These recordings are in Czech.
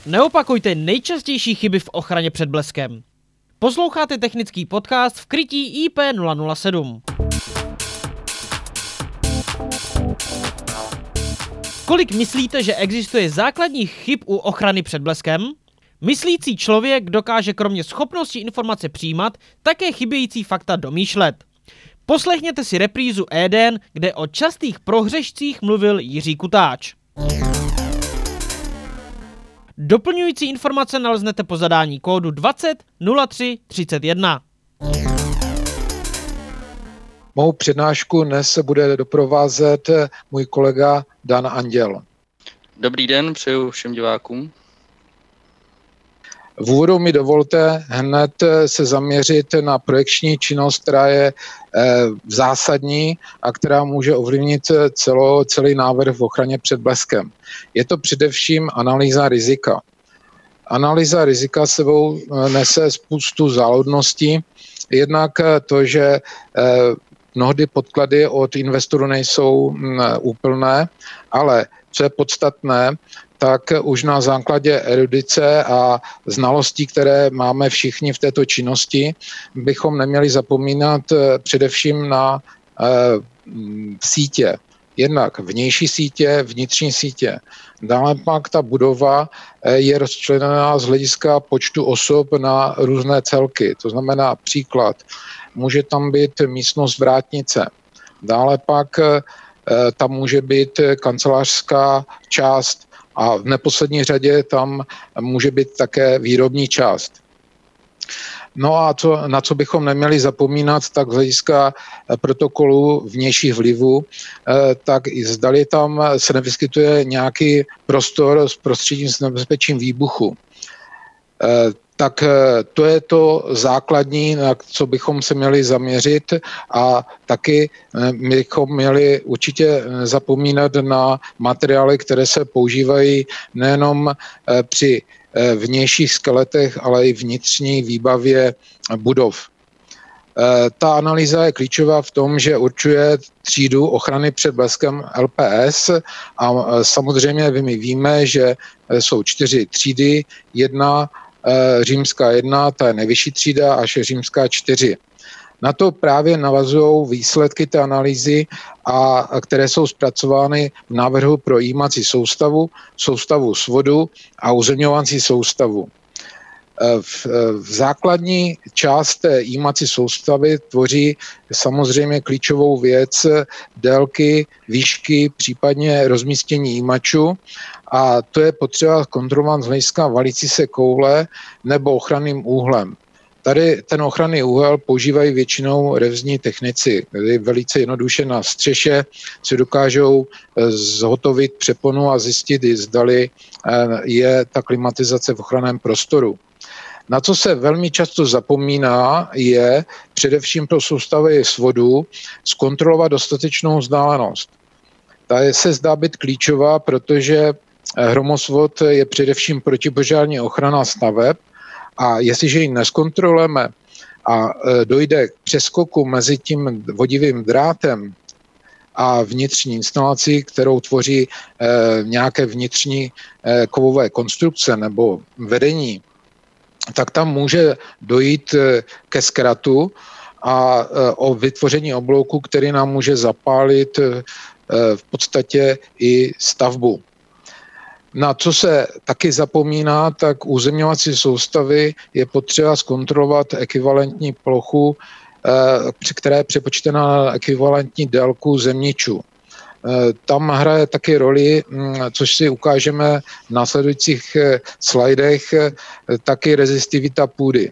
Neopakujte nejčastější chyby v ochraně před bleskem. Posloucháte technický podcast v krytí IP007. Kolik myslíte, že existuje základních chyb u ochrany před bleskem? Myslící člověk dokáže kromě schopnosti informace přijímat také chybějící fakta domýšlet. Poslechněte si reprízu Eden, kde o častých prohřešcích mluvil Jiří Kutáč. Doplňující informace naleznete po zadání kódu 20 03 31. Mou přednášku dnes bude doprovázet můj kolega Dan Anděl. Dobrý den, přeju všem divákům. V úvodu mi dovolte hned se zaměřit na projekční činnost, která je zásadní a která může ovlivnit celý návrh v ochraně před bleskem. Je to především analýza rizika. Analýza rizika sebou nese spoustu záludností. Jednak to, že mnohdy podklady od investorů nejsou úplné, ale co je podstatné, tak už na základě erudice a znalostí, které máme všichni v této činnosti, bychom neměli zapomínat především na sítě. Jednak vnější sítě, vnitřní sítě. Dále pak ta budova je rozčleněná z hlediska počtu osob na různé celky. To znamená příklad, může tam být místnost vrátnice. Dále pak tam může být kancelářská část a v neposlední řadě tam může být také výrobní část. No a na co bychom neměli zapomínat, tak z hlediska protokolu vnějších vlivů, tak zdali tam se nevyskytuje nějaký prostor s prostředím s nebezpečím výbuchu. Tak to je to základní, na co bychom se měli zaměřit a taky bychom měli určitě zapomínat na materiály, které se používají nejenom při vnějších skeletech, ale i vnitřní výbavě budov. Ta analýza je klíčová v tom, že určuje třídu ochrany před bleskem LPS a samozřejmě my víme, že jsou 4 třídy, římská 1, ta je nejvyšší třída, až římská 4. Na to právě navazují výsledky té analýzy, které jsou zpracovány v návrhu pro jímací soustavu svodu a uzemňovací soustavu. V základní část té jímací soustavy tvoří samozřejmě klíčovou věc délky, výšky, případně rozmístění jímačů a to je potřeba kontrolovat z hlediska valící se koule nebo ochranným úhlem. Tady ten ochranný úhel používají většinou revzní technici, kdy velice jednoduše na střeše si dokážou zhotovit přeponu a zjistit, zdali je ta klimatizace v ochranném prostoru. Na co se velmi často zapomíná, je především pro soustavy svodů zkontrolovat dostatečnou vzdálenost. Ta se zdá být klíčová, protože hromosvod je především protipožární ochrana staveb a jestliže ji neskontrolujeme a dojde k přeskoku mezi tím vodivým drátem a vnitřní instalací, kterou tvoří nějaké vnitřní kovové konstrukce nebo vedení, tak tam může dojít ke zkratu a o vytvoření oblouku, který nám může zapálit v podstatě i stavbu. Na co se taky zapomíná, tak u uzemňovací soustavy je potřeba zkontrolovat ekvivalentní plochu, která je přepočtená na ekvivalentní délku zemničů. Tam hraje taky roli, což si ukážeme v následujících slajdech, taky rezistivita půdy.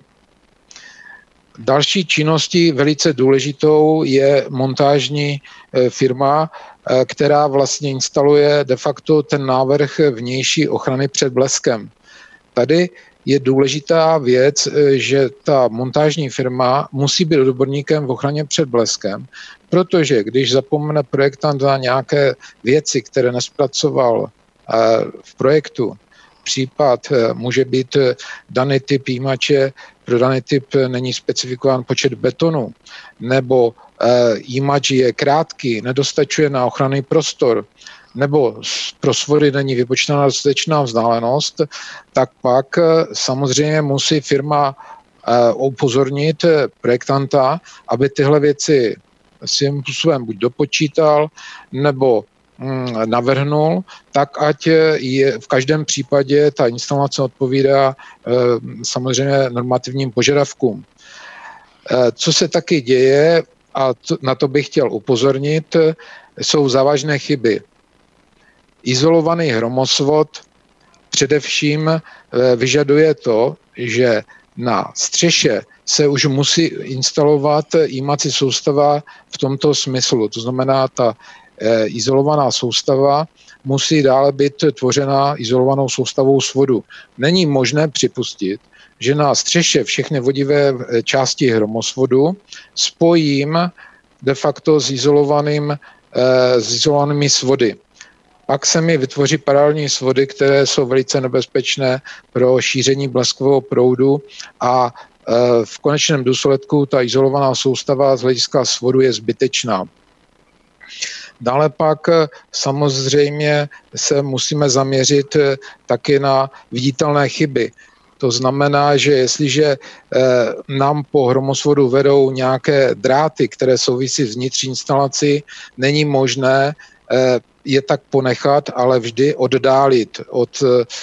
Další činností velice důležitou je montážní firma, která vlastně instaluje de facto ten návrh vnější ochrany před bleskem. Tady je důležitá věc, že ta montážní firma musí být odborníkem v ochraně před bleskem, protože když zapomene projektant na nějaké věci, které nespracoval v projektu, případ může být daný typ jímače, pro daný typ není specifikován počet betonu, nebo jímač je krátký, nedostačuje na ochranný prostor, nebo pro svody není vypočítána dostatečná vzdálenost, tak pak samozřejmě musí firma upozornit projektanta, aby tyhle věci svým způsobem buď dopočítal, nebo navrhnul, tak ať je v každém případě ta instalace odpovídá samozřejmě normativním požadavkům. Co se taky děje, a na to bych chtěl upozornit, jsou závažné chyby. Izolovaný hromosvod především vyžaduje to, že na střeše se už musí instalovat jímací soustava v tomto smyslu. To znamená, ta izolovaná soustava musí dále být tvořena izolovanou soustavou svodu. Není možné připustit, že na střeše všechny vodivé části hromosvodu spojím de facto s izolovanými svody. Pak se mi vytvoří paralelní svody, které jsou velice nebezpečné pro šíření bleskového proudu a v konečném důsledku ta izolovaná soustava z hlediska svodu je zbytečná. Dále pak samozřejmě se musíme zaměřit taky na viditelné chyby. To znamená, že jestliže nám po hromosvodu vedou nějaké dráty, které souvisí s vnitřní instalací, není možné je tak ponechat, ale vždy oddálit od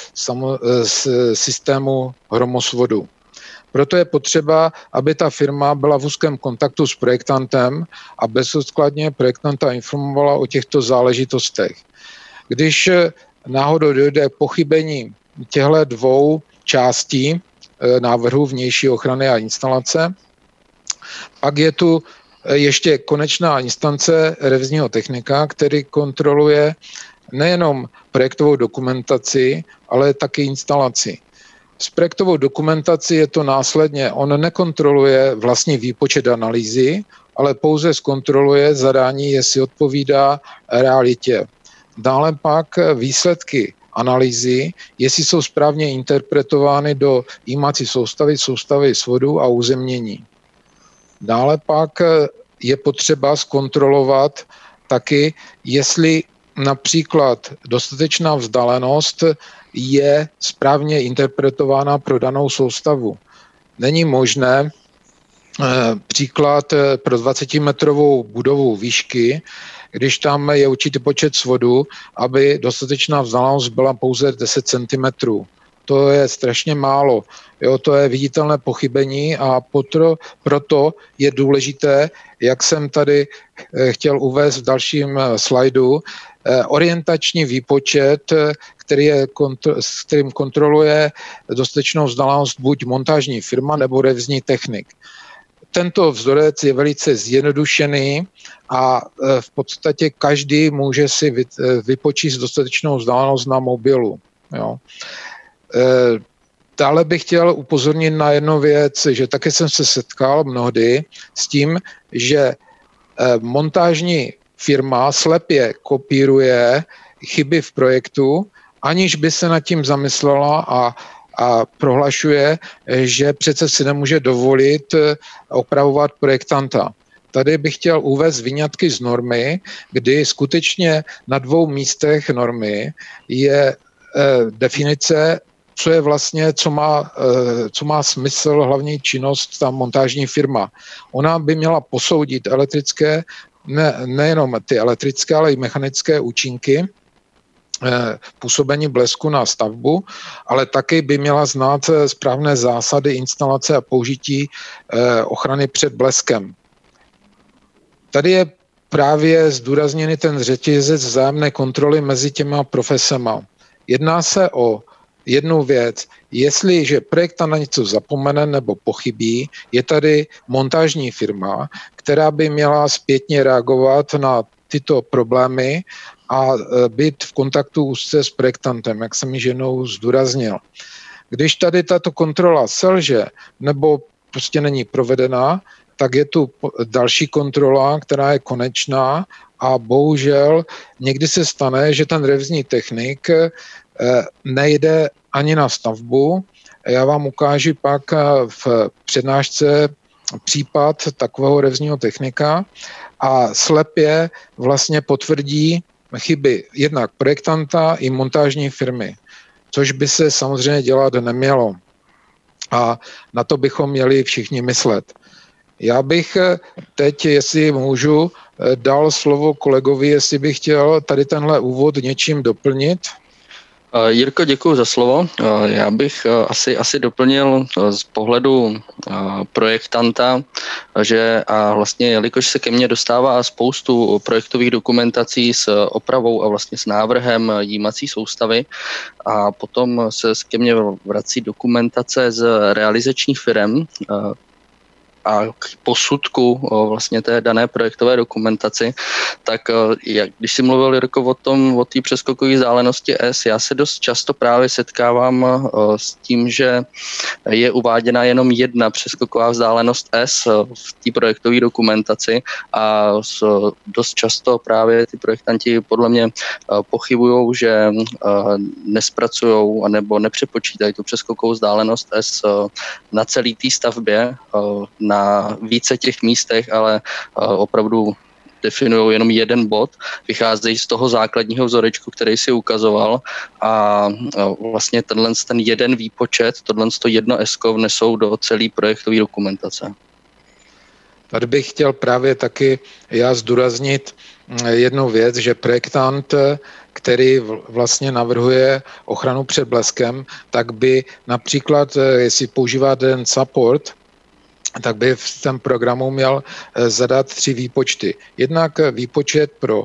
systému hromosvodu. Proto je potřeba, aby ta firma byla v úzkém kontaktu s projektantem a bezodkladně projektanta informovala o těchto záležitostech. Když náhodou dojde k pochybení těchto dvou částí návrhu vnější ochrany a instalace, pak je tu ještě konečná instance revizního technika, který kontroluje nejenom projektovou dokumentaci, ale taky instalaci. S projektovou dokumentací je to následně, on nekontroluje vlastní výpočet analýzy, ale pouze zkontroluje zadání, jestli odpovídá realitě. Dále pak výsledky analýzy, jestli jsou správně interpretovány do jímací soustavy svodu a uzemnění. Dále pak je potřeba zkontrolovat taky, jestli například dostatečná vzdálenost je správně interpretována pro danou soustavu. Není možné příklad pro 20-metrovou budovu výšky, když tam je určitý počet svodů, aby dostatečná vzdálenost byla pouze 10 cm. To je strašně málo. Jo, to je viditelné pochybení a proto je důležité, jak jsem tady chtěl uvést v dalším slajdu, orientační výpočet, s kterým kontroluje dostatečnou vzdálenost buď montážní firma nebo revizní technik. Tento vzorec je velice zjednodušený a v podstatě každý může si vypočíst dostatečnou vzdálenost na mobilu. Jo. Dále bych chtěl upozornit na jednu věc, že také jsem se setkal mnohdy s tím, že montážní firma slepě kopíruje chyby v projektu, aniž by se nad tím zamyslela a prohlašuje, že přece si nemůže dovolit opravovat projektanta. Tady bych chtěl uvést vyňatky z normy, kdy skutečně na 2 místech normy je definice, co je vlastně, co má smysl, hlavní činnost ta montážní firma. Ona by měla posoudit elektrické, nejenom ty elektrické, ale i mechanické účinky působení blesku na stavbu, ale taky by měla znát správné zásady instalace a použití ochrany před bleskem. Tady je právě zdůrazněný ten řetězec vzájemné kontroly mezi těma profesema. Jedná se o jednu věc. Jestliže projektant na něco zapomene nebo pochybí, je tady montážní firma, která by měla zpětně reagovat na tyto problémy a být v kontaktu úzce s projektantem, jak jsem již jednou zdůraznil. Když tady tato kontrola selže nebo prostě není provedená, tak je tu další kontrola, která je konečná a bohužel někdy se stane, že ten revizní technik nejde ani na stavbu. Já vám ukážu pak v přednášce případ takového revizního technika a slepě vlastně potvrdí chyby jednak projektanta i montážní firmy, což by se samozřejmě dělat nemělo. A na to bychom měli všichni myslet. Já bych teď, jestli můžu, dal slovo kolegovi, jestli bych chtěl tady tenhle úvod něčím doplnit. Jirko, děkuji za slovo. Já bych asi doplnil z pohledu projektanta, že a vlastně, jelikož se ke mně dostává spoustu projektových dokumentací s opravou a vlastně s návrhem jímací soustavy a potom se ke mně vrací dokumentace z realizačních firem, a k posudku vlastně té dané projektové dokumentaci, tak když si mluvil, Jirko, o té přeskokové vzdálenosti S, já se dost často právě setkávám s tím, že je uváděna jenom jedna přeskoková vzdálenost S v té projektové dokumentaci a dost často právě ty projektanti podle mě pochybují, že nespracujou nebo nepřepočítají tu přeskokovou vzdálenost S na celé té stavbě, na více těch místech, ale opravdu definují jenom jeden bod, vycházejí z toho základního vzorečku, který si ukazoval a vlastně ten jeden výpočet, tohle jedno ESCO vnesou do celé projektové dokumentace. Tady bych chtěl právě taky já zdůraznit jednu věc, že projektant, který vlastně navrhuje ochranu před bleskem, tak by například, jestli používá ten support, tak by v tom programu měl zadat 3 výpočty. Jednak výpočet pro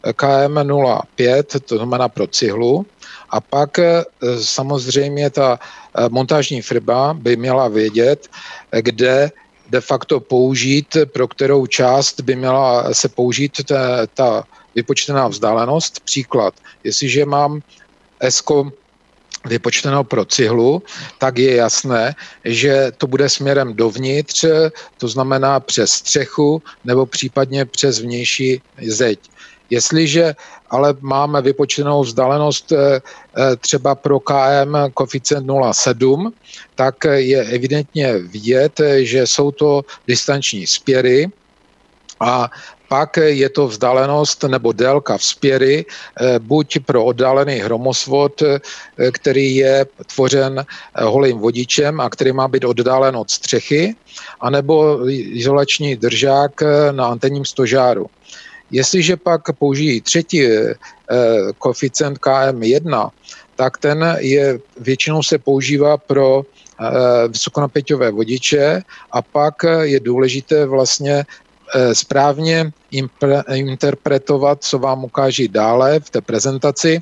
KM05, to znamená pro cihlu, a pak samozřejmě ta montážní firma by měla vědět, kde de facto použít, pro kterou část by měla se použít ta vypočtená vzdálenost. Příklad, jestliže mám ESCO vypočteno pro cihlu, tak je jasné, že to bude směrem dovnitř, to znamená přes střechu nebo případně přes vnější zeď. Jestliže ale máme vypočtenou vzdálenost třeba pro KM koeficient 0,7, tak je evidentně vidět, že jsou to distanční spěry a pak je to vzdálenost nebo délka vzpěry buď pro oddálený hromosvod, který je tvořen holým vodičem a který má být oddálen od střechy, anebo izolační držák na antenním stožáru. Jestliže pak použijí třetí koeficient KM1, tak ten většinou se používá pro vysokonapěťové vodiče a pak je důležité vlastně správně interpretovat, co vám ukáží dále v té prezentaci,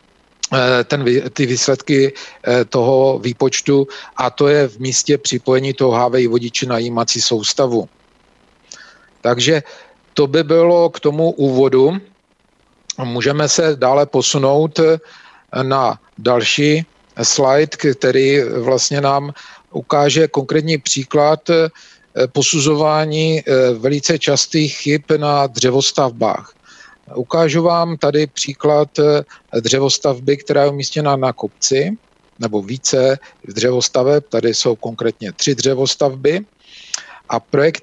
ty výsledky toho výpočtu, a to je v místě připojení toho HVI vodiče na jímací soustavu. Takže to by bylo k tomu úvodu. Můžeme se dále posunout na další slide, který vlastně nám ukáže konkrétní příklad posuzování velice častých chyb na dřevostavbách. Ukážu vám tady příklad dřevostavby, která je umístěna na kopci, nebo více dřevostaveb, tady jsou konkrétně 3 dřevostavby a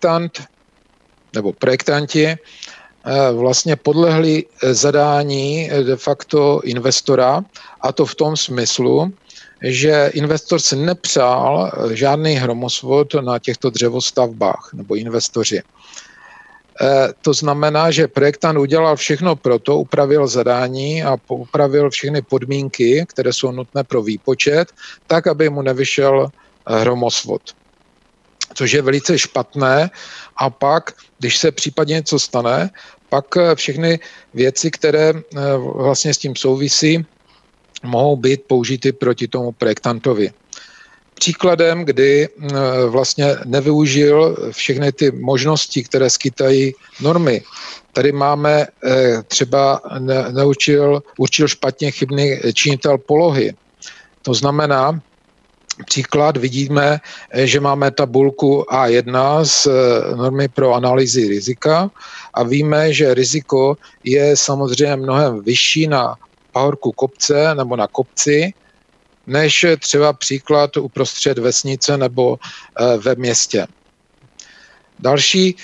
projektanti vlastně podlehli zadání de facto investora, a to v tom smyslu, že investor si nepřál žádný hromosvod na těchto dřevostavbách, nebo investoři. To znamená, že projektant udělal všechno proto, upravil zadání a upravil všechny podmínky, které jsou nutné pro výpočet, tak, aby mu nevyšel hromosvod. Což je velice špatné, a pak, když se případně něco stane, pak všechny věci, které vlastně s tím souvisí, mohou být použity proti tomu projektantovi. Příkladem, kdy vlastně nevyužil všechny ty možnosti, které skýtají normy. Tady máme třeba určil špatně chybný činitel polohy. To znamená, příklad, vidíme, že máme tabulku A1 z normy pro analýzy rizika a víme, že riziko je samozřejmě mnohem vyšší na pahorku kopce nebo na kopci, než třeba příklad uprostřed vesnice nebo ve městě. Další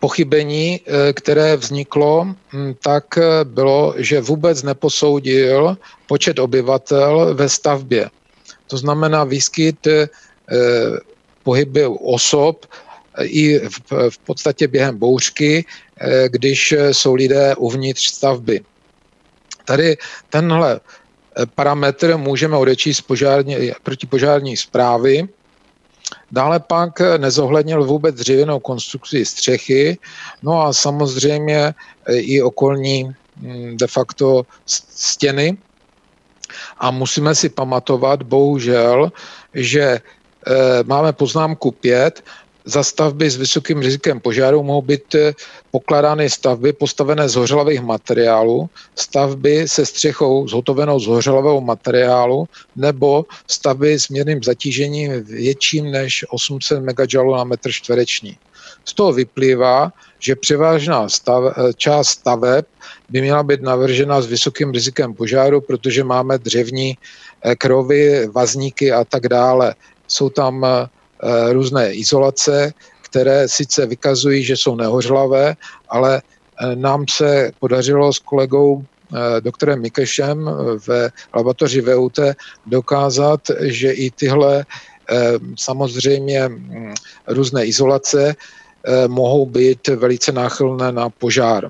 pochybení, které vzniklo, tak bylo, že vůbec neposoudil počet obyvatel ve stavbě. To znamená výskyt pohybu osob i v podstatě během bouřky, když jsou lidé uvnitř stavby. Tady tenhle parametr můžeme odečíst protipožární zprávy. Dále pak nezohlednil vůbec dřevěnou konstrukci střechy, no a samozřejmě i okolní de facto stěny. A musíme si pamatovat, bohužel, že máme poznámku 5, za stavby s vysokým rizikem požáru mohou být pokládány stavby postavené z hořlavých materiálů, stavby se střechou zhotovenou z hořlavého materiálu nebo stavby s mírným zatížením větším než 800 MJ na metr čtvereční. Z toho vyplývá, že převážná část staveb by měla být navržena s vysokým rizikem požáru, protože máme dřevní krovy, vazníky a tak dále. Jsou tam různé izolace, které sice vykazují, že jsou nehořlavé, ale nám se podařilo s kolegou doktorem Mikešem ve laboratoři VUT dokázat, že i tyhle samozřejmě různé izolace mohou být velice náchylné na požár.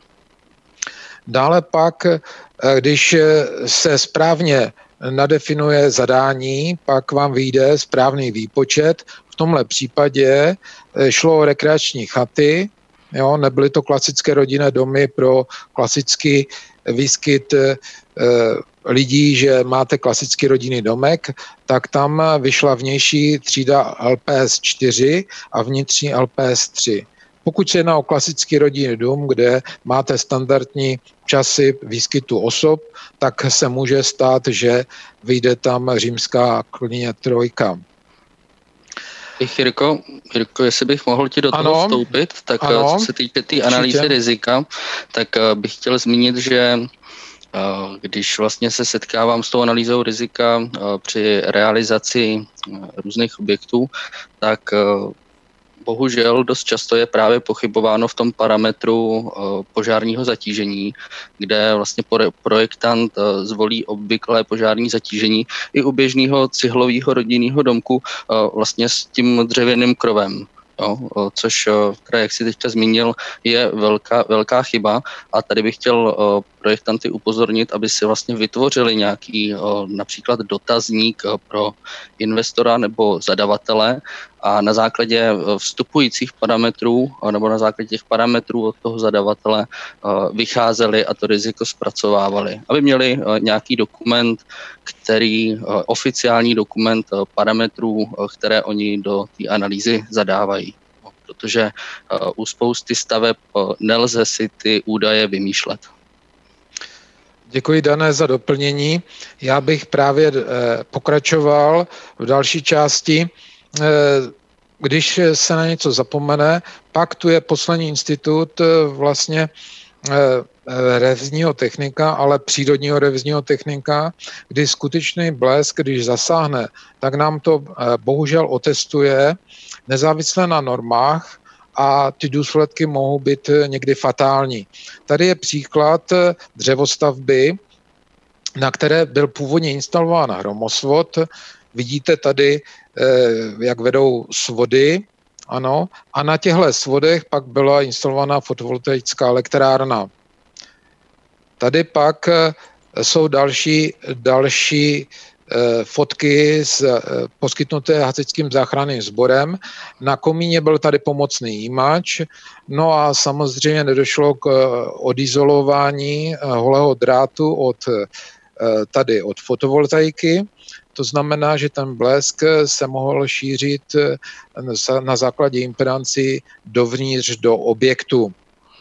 Dále pak, když se správně nadefinuje zadání, pak vám vyjde správný výpočet. V tomhle případě šlo o rekreační chaty, jo, nebyly to klasické rodinné domy pro klasický výskyt lidí, že máte klasický rodinný domek, tak tam vyšla vnější třída LPS 4 a vnitřní LPS 3. Pokud se jedná o klasický rodinný dům, kde máte standardní časy výskytu osob, tak se může stát, že vyjde tam římská klidně 3. Jirko, jestli bych mohl ti do toho vstoupit, tak co se týče té analýzy rizika, tak bych chtěl zmínit, že když vlastně se setkávám s tou analýzou rizika při realizaci různých objektů, tak bohužel dost často je právě pochybováno v tom parametru požárního zatížení, kde vlastně projektant zvolí obvyklé požární zatížení i u běžného cihlového rodinného domku vlastně s tím dřevěným krovem. Jo, což, teda, jak si teďka zmínil, je velká chyba a tady bych chtěl projektanty upozornit, aby si vlastně vytvořili nějaký například dotazník pro investora nebo zadavatele a na základě vstupujících parametrů nebo na základě těch parametrů od toho zadavatele vycházeli a to riziko zpracovávali. Aby měli nějaký dokument, oficiální dokument parametrů, které oni do té analýzy zadávají. Protože u spousty staveb nelze si ty údaje vymýšlet. Děkuji, Dané, za doplnění. Já bych právě pokračoval v další části. Když se na něco zapomene, pak tu je poslední institut vlastně revizního technika, ale přírodního revizního technika, kdy skutečný blesk, když zasáhne, tak nám to bohužel otestuje nezávisle na normách a ty důsledky mohou být někdy fatální. Tady je příklad dřevostavby, na které byl původně instalován hromosvod. Vidíte tady, jak vedou svody, ano, a na těchto svodech pak byla instalovaná fotovoltaická elektrárna. Tady pak jsou další fotky poskytnuté hasičským záchranným sborem. Na komíně byl tady pomocný jímač, no a samozřejmě nedošlo k odizolování holého drátu od fotovoltaiky. To znamená, že ten blesk se mohl šířit na základě impedanci dovnitř do objektu,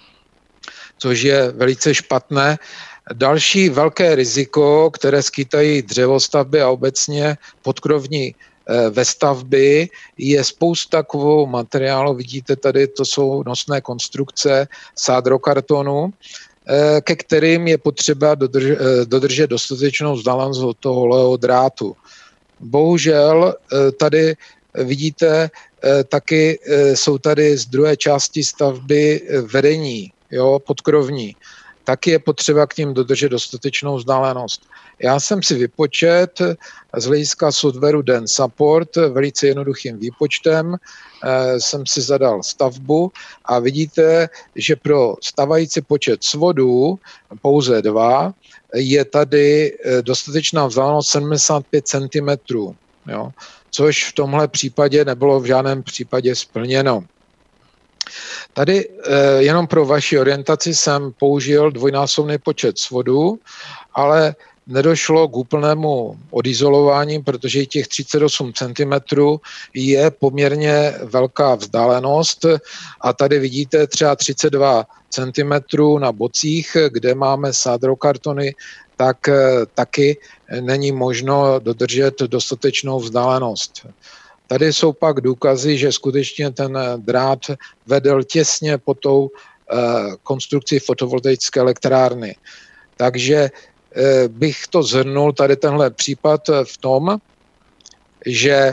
což je velice špatné. Další velké riziko, které skýtají dřevostavby a obecně podkrovní vestavby, je spousta kovového materiálu. Vidíte tady, to jsou nosné konstrukce sádrokartonu, ke kterým je potřeba dodržet dostatečnou vzdálenost od toho holého drátu. Bohužel tady vidíte taky jsou tady z druhé části stavby vedení, jo, podkrovní. Taky je potřeba k ním dodržet dostatečnou vzdálenost. Já jsem si vypočet z hlediska softwaru Den Support velice jednoduchým výpočtem, jsem si zadal stavbu a vidíte, že pro stavající počet svodů, pouze 2, je tady dostatečná vzdálenost 75 cm, jo, což v tomhle případě nebylo v žádném případě splněno. Tady jenom pro vaši orientaci jsem použil dvojnásobný počet svodů, ale nedošlo k úplnému odizolování, protože těch 38 cm je poměrně velká vzdálenost a tady vidíte třeba 32 cm na bocích, kde máme sádrokartony, tak taky není možno dodržet dostatečnou vzdálenost. Tady jsou pak důkazy, že skutečně ten drát vedl těsně pod tou konstrukcí fotovoltaické elektrárny. Takže bych to shrnul, tady tenhle případ v tom, že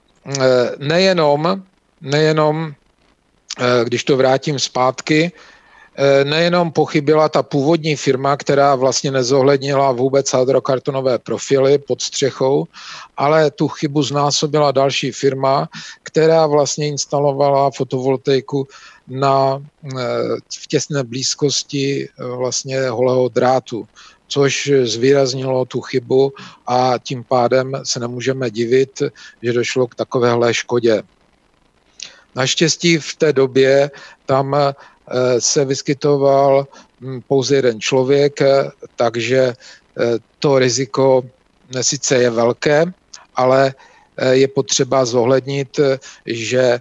nejenom, když to vrátím zpátky, nejenom pochybila ta původní firma, která vlastně nezohlednila vůbec hydrokartonové profily pod střechou, ale tu chybu znásobila další firma, která vlastně instalovala fotovoltaiku v těsné blízkosti vlastně holého drátu, což zvýraznilo tu chybu a tím pádem se nemůžeme divit, že došlo k takovéhle škodě. Naštěstí v té době tam se vyskytoval pouze jeden člověk, takže to riziko sice je velké, ale je potřeba zohlednit, že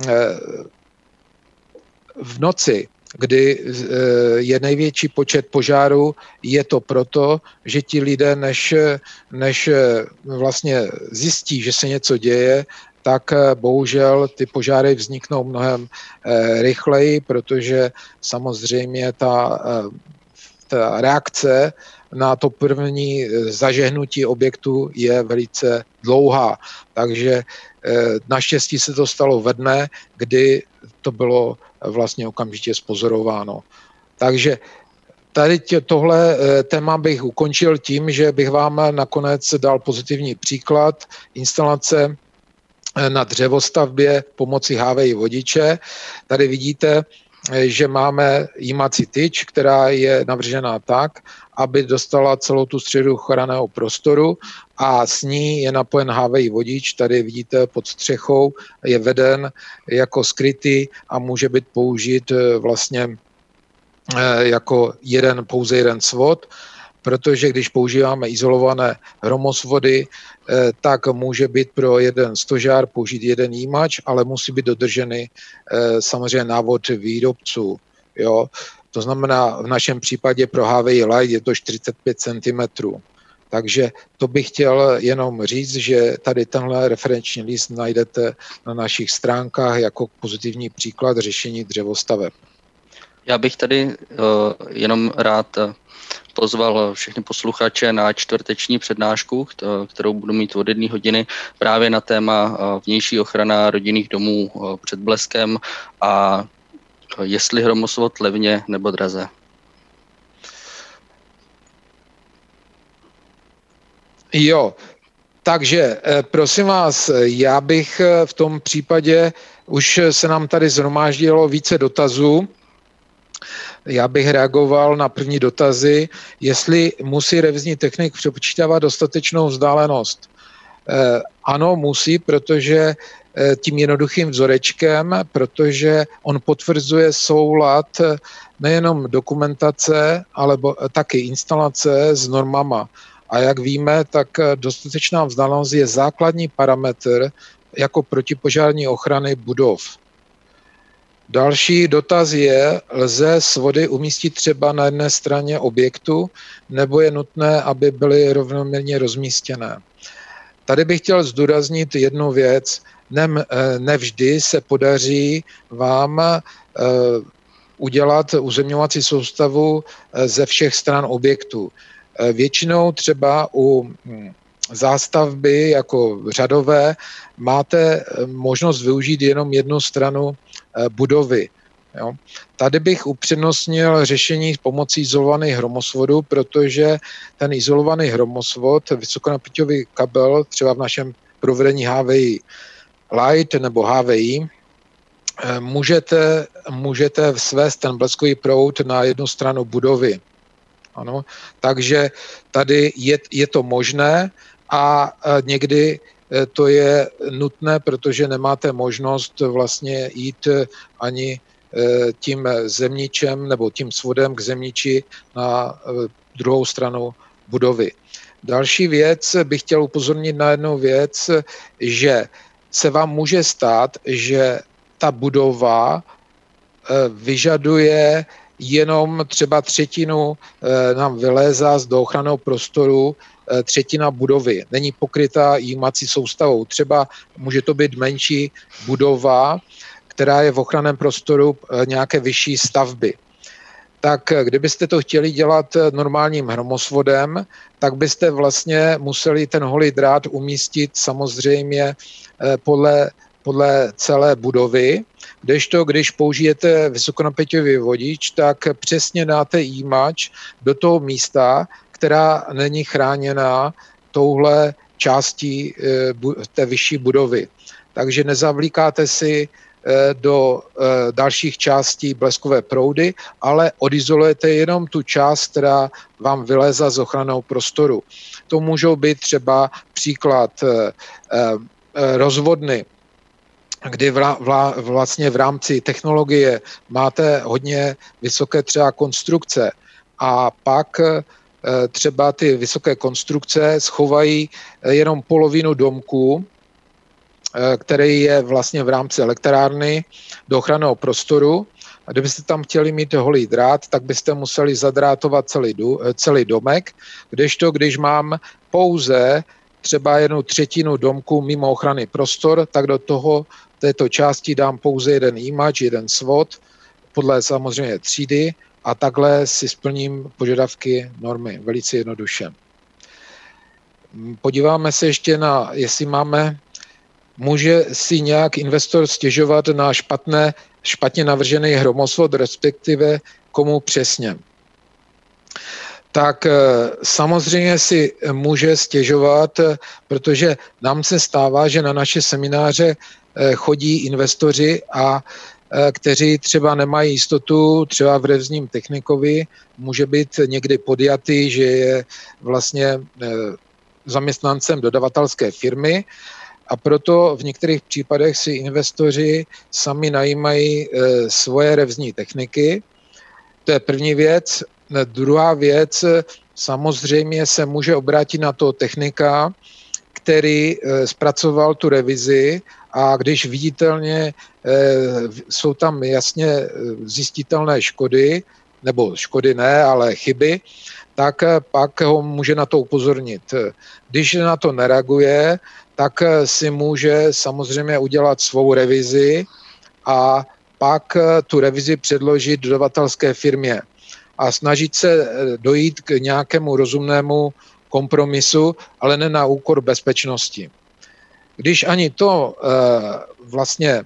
v noci, kdy je největší počet požárů, je to proto, že ti lidé, než vlastně zjistí, že se něco děje, tak bohužel ty požáry vzniknou mnohem rychleji, protože samozřejmě ta reakce na to první zažehnutí objektu je velice dlouhá. Takže naštěstí se to stalo ve dne, kdy to bylo vlastně okamžitě spozorováno. Takže tady tohle téma bych ukončil tím, že bych vám nakonec dal pozitivní příklad instalace na dřevostavbě pomocí HVI vodiče. Tady vidíte, že máme jímací tyč, která je navržená tak, aby dostala celou tu středu ochranného prostoru a s ní je napojen HVI vodič. Tady vidíte pod střechou, je veden jako skrytý a může být použit vlastně jako pouze jeden svod, protože když používáme izolované hromosvody, tak může být pro jeden stožár použít jeden jímač, ale musí být dodrženy samozřejmě návod výrobců. Jo? To znamená, v našem případě pro HVI Light je to 45 cm. Takže to bych chtěl jenom říct, že tady tenhle referenční list najdete na našich stránkách jako pozitivní příklad řešení dřevostaveb. Já bych tady jenom rád pozval všechny posluchače na čtvrteční přednášku, kterou budu mít od 1 hodiny právě na téma vnější ochrana rodinných domů před bleskem a jestli hromosvod levně nebo draze. Jo, takže prosím vás, já bych v tom případě, už se nám tady zhromáždilo více dotazů, já bych reagoval na první dotazy, jestli musí revizní technik přepočítávat dostatečnou vzdálenost. Ano, musí, protože tím jednoduchým vzorečkem, protože on potvrzuje soulad nejenom dokumentace, ale taky instalace s normama. A jak víme, tak dostatečná vzdálenost je základní parametr jako protipožární ochrany budov. Další dotaz je, lze svody umístit třeba na jedné straně objektu, nebo je nutné, aby byly rovnoměrně rozmístěné. Tady bych chtěl zdůraznit jednu věc. Nevždy se podaří vám udělat uzemňovací soustavu ze všech stran objektu. Většinou třeba u zástavby jako řadové máte možnost využít jenom jednu stranu budovy. Jo. Tady bych upřednostnil řešení pomocí izolovaných hromosvodů, protože ten izolovaný hromosvod, vysokonapěťový kabel, třeba v našem provedení HVI Light nebo HVI, můžete svést ten bleskový proud na jednu stranu budovy. Ano. Takže tady je to možné a někdy to je nutné, protože nemáte možnost vlastně jít ani tím zemničem nebo tím svodem k zemniči na druhou stranu budovy. Další věc, bych chtěl upozornit na jednu věc, že se vám může stát, že ta budova vyžaduje jenom třeba třetinu, nám vylézá do ochranného prostoru třetina budovy. Není pokrytá jímací soustavou. Třeba může to být menší budova, která je v ochranném prostoru nějaké vyšší stavby. Tak kdybyste to chtěli dělat normálním hromosvodem, tak byste vlastně museli ten holý drát umístit samozřejmě podle celé budovy, kdežto když použijete vysokonapěťový vodič, tak přesně dáte jímač do toho místa, která není chráněná touhle částí té vyšší budovy. Takže nezavlíkáte si do dalších částí bleskové proudy, ale odizolujete jenom tu část, která vám vylézá z ochranného prostoru. To můžou být třeba příklad rozvodny, kdy vlastně v rámci technologie máte hodně vysoké třeba konstrukce a pak třeba ty vysoké konstrukce schovají jenom polovinu domku, který je vlastně v rámci elektrárny do ochranného prostoru. A kdybyste tam chtěli mít holý drát, tak byste museli zadrátovat celý domek, kdežto když mám pouze třeba 1/3 domku mimo ochranný prostor, tak do této části dám pouze jeden jímač, jeden svod, podle samozřejmě třídy a takhle si splním požadavky normy velice jednoduše. Podíváme se ještě na, jestli může si nějak investor stěžovat na špatně navržený hromosvod, respektive komu přesně. Tak samozřejmě si může stěžovat, protože nám se stává, že na naše semináře chodí investoři, kteří třeba nemají jistotu, třeba v revizním technikovi, může být někdy podjatý, že je vlastně zaměstnancem dodavatelské firmy, a proto v některých případech si investoři sami najímají svoje revizní techniky. To je první věc. Druhá věc, samozřejmě se může obrátit na toho technika, který zpracoval tu revizi, a když viditelně jsou tam jasně zjistitelné škody, nebo škody ne, ale chyby, tak pak ho může na to upozornit. Když na to nereaguje, tak si může samozřejmě udělat svou revizi a pak tu revizi předložit dodavatelské firmě a snažit se dojít k nějakému rozumnému kompromisu, ale ne na úkor bezpečnosti. Když ani to vlastně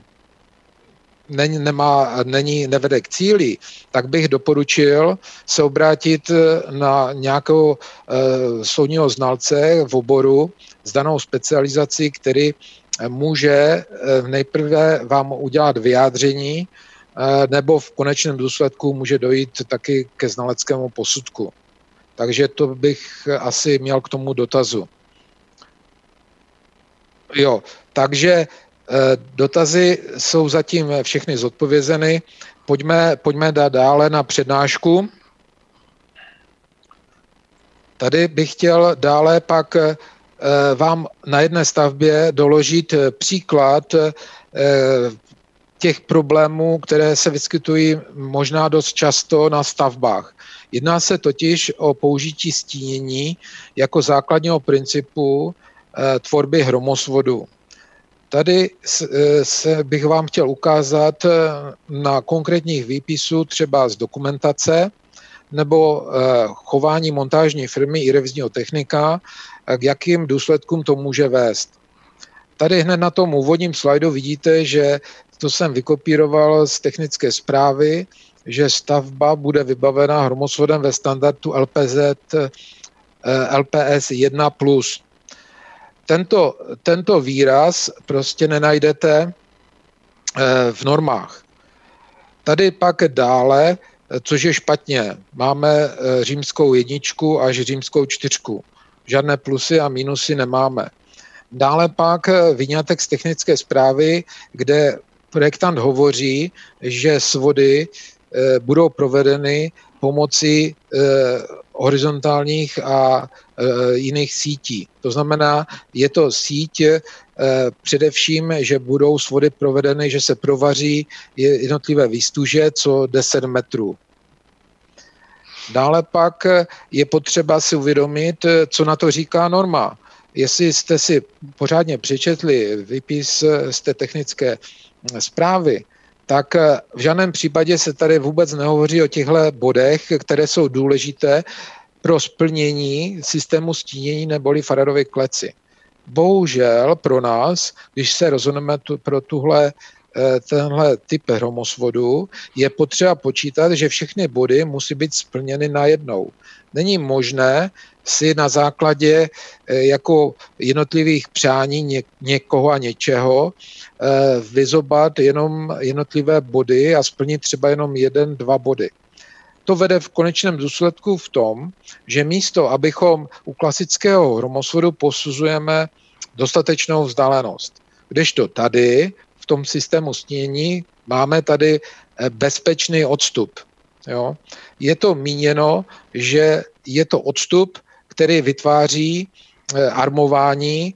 nevede k cíli, tak bych doporučil se obrátit na nějakého soudního znalce v oboru s danou specializací, který může nejprve vám udělat vyjádření, nebo v konečném důsledku může dojít taky ke znaleckému posudku. Takže to bych asi měl k tomu dotazu. Jo, takže dotazy jsou zatím všechny zodpovězeny. Pojďme dát dále na přednášku. Tady bych chtěl dále pak vám na jedné stavbě doložit příklad těch problémů, které se vyskytují možná dost často na stavbách. Jedná se totiž o použití stínění jako základního principu tvorby hromosvodu. Tady bych vám chtěl ukázat na konkrétních výpisů třeba z dokumentace nebo chování montážní firmy i revizního technika, k jakým důsledkům to může vést. Tady hned na tom úvodním slajdu vidíte, že to jsem vykopíroval z technické zprávy, že stavba bude vybavena hromosvodem ve standardu LPS 1+. Tento výraz prostě nenajdete v normách. Tady pak dále, což je špatně, máme římskou 1 až římskou 4. Žádné plusy a minusy nemáme. Dále pak vyňatek z technické zprávy, kde projektant hovoří, že svody budou provedeny pomocí horizontálních a jiných sítí. To znamená, je to síť především, že budou svody provedeny, že se provaří jednotlivé výstuže co 10 metrů. Dále pak je potřeba si uvědomit, co na to říká norma. Jestli jste si pořádně přečetli výpis z té technické zprávy, tak v žádném případě se tady vůbec nehovoří o těchto bodech, které jsou důležité pro splnění systému stínění neboli Faradovy kleci. Bohužel pro nás, když se rozhodneme pro tenhle typ hromosvodu, je potřeba počítat, že všechny body musí být splněny najednou. Není možné si na základě jako jednotlivých přání někoho a něčeho vyzobat jenom jednotlivé body a splnit třeba jenom 1-2 body. To vede v konečném důsledku v tom, že místo, abychom u klasického hromosvodu posuzujeme dostatečnou vzdálenost, kdežto tady v tom systému stínění máme tady bezpečný odstup. Jo? Je to míněno, že je to odstup, který vytváří armování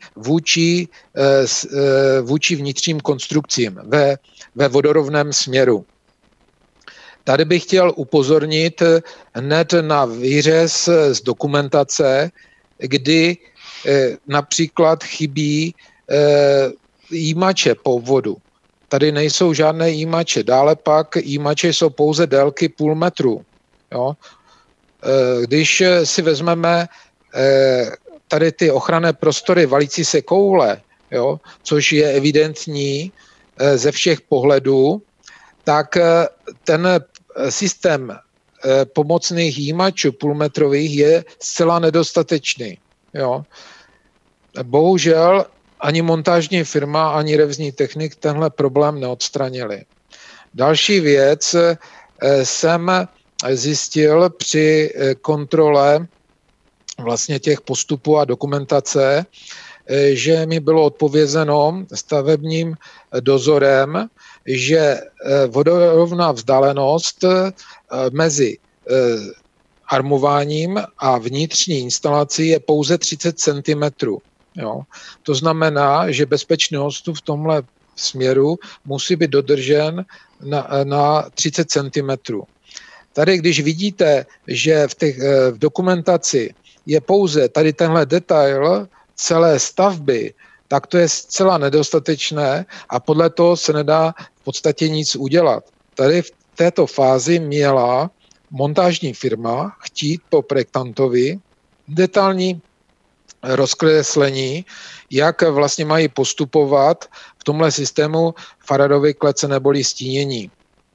vůči vnitřním konstrukcím ve vodorovném směru. Tady bych chtěl upozornit hned na výřez z dokumentace, kdy například chybí jímače po vodu. Tady nejsou žádné jímače. Dále pak jímače jsou pouze délky 0,5 metru. Jo? Když si vezmeme tady ty ochranné prostory valící se koule, jo, což je evidentní ze všech pohledů, tak ten systém pomocných jímačů půlmetrových je zcela nedostatečný. Jo. Bohužel ani montážní firma, ani revizní technik tenhle problém neodstranili. Další věc jsem zjistil při kontrole vlastně těch postupů a dokumentace, že mi bylo odpovězeno stavebním dozorem, že vodorovná vzdálenost mezi armováním a vnitřní instalací je pouze 30 cm. Jo. To znamená, že bezpečný odstup v tomhle směru musí být dodržen na 30 cm. Tady, když vidíte, že v dokumentaci je pouze tady tenhle detail celé stavby, tak to je zcela nedostatečné a podle toho se nedá v podstatě nic udělat. Tady v této fázi měla montážní firma chtít po projektantovi detailní rozkreslení, jak vlastně mají postupovat v tomhle systému Faradovy klece neboli stínění.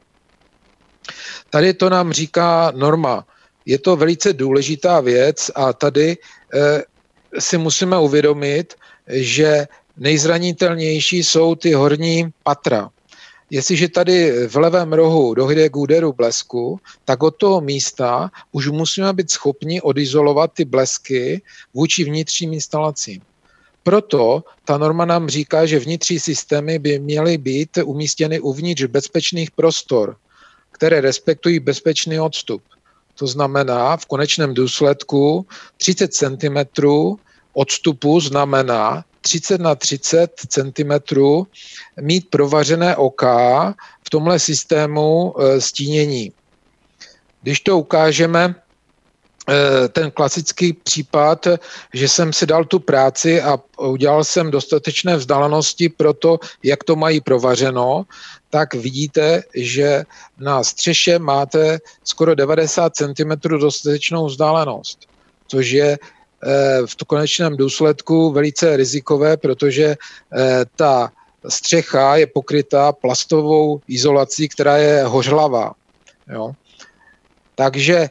Tady to nám říká norma. Je to velice důležitá věc a tady si musíme uvědomit, že nejzranitelnější jsou ty horní patra. Jestliže tady v levém rohu dojde k úderu blesku, tak od toho místa už musíme být schopni odizolovat ty blesky vůči vnitřním instalacím. Proto ta norma nám říká, že vnitřní systémy by měly být umístěny uvnitř bezpečných prostor, které respektují bezpečný odstup. To znamená v konečném důsledku 30 cm odstupu znamená 30 na 30 cm mít provařené oka v tomhle systému stínění. Když to ukážeme, ten klasický případ, že jsem si dal tu práci a udělal jsem dostatečné vzdálenosti pro to, jak to mají provařeno, tak vidíte, že na střeše máte skoro 90 cm dostatečnou vzdálenost, což je v konečném důsledku velice rizikové, protože ta střecha je pokrytá plastovou izolací, která je hořlavá. Jo. Takže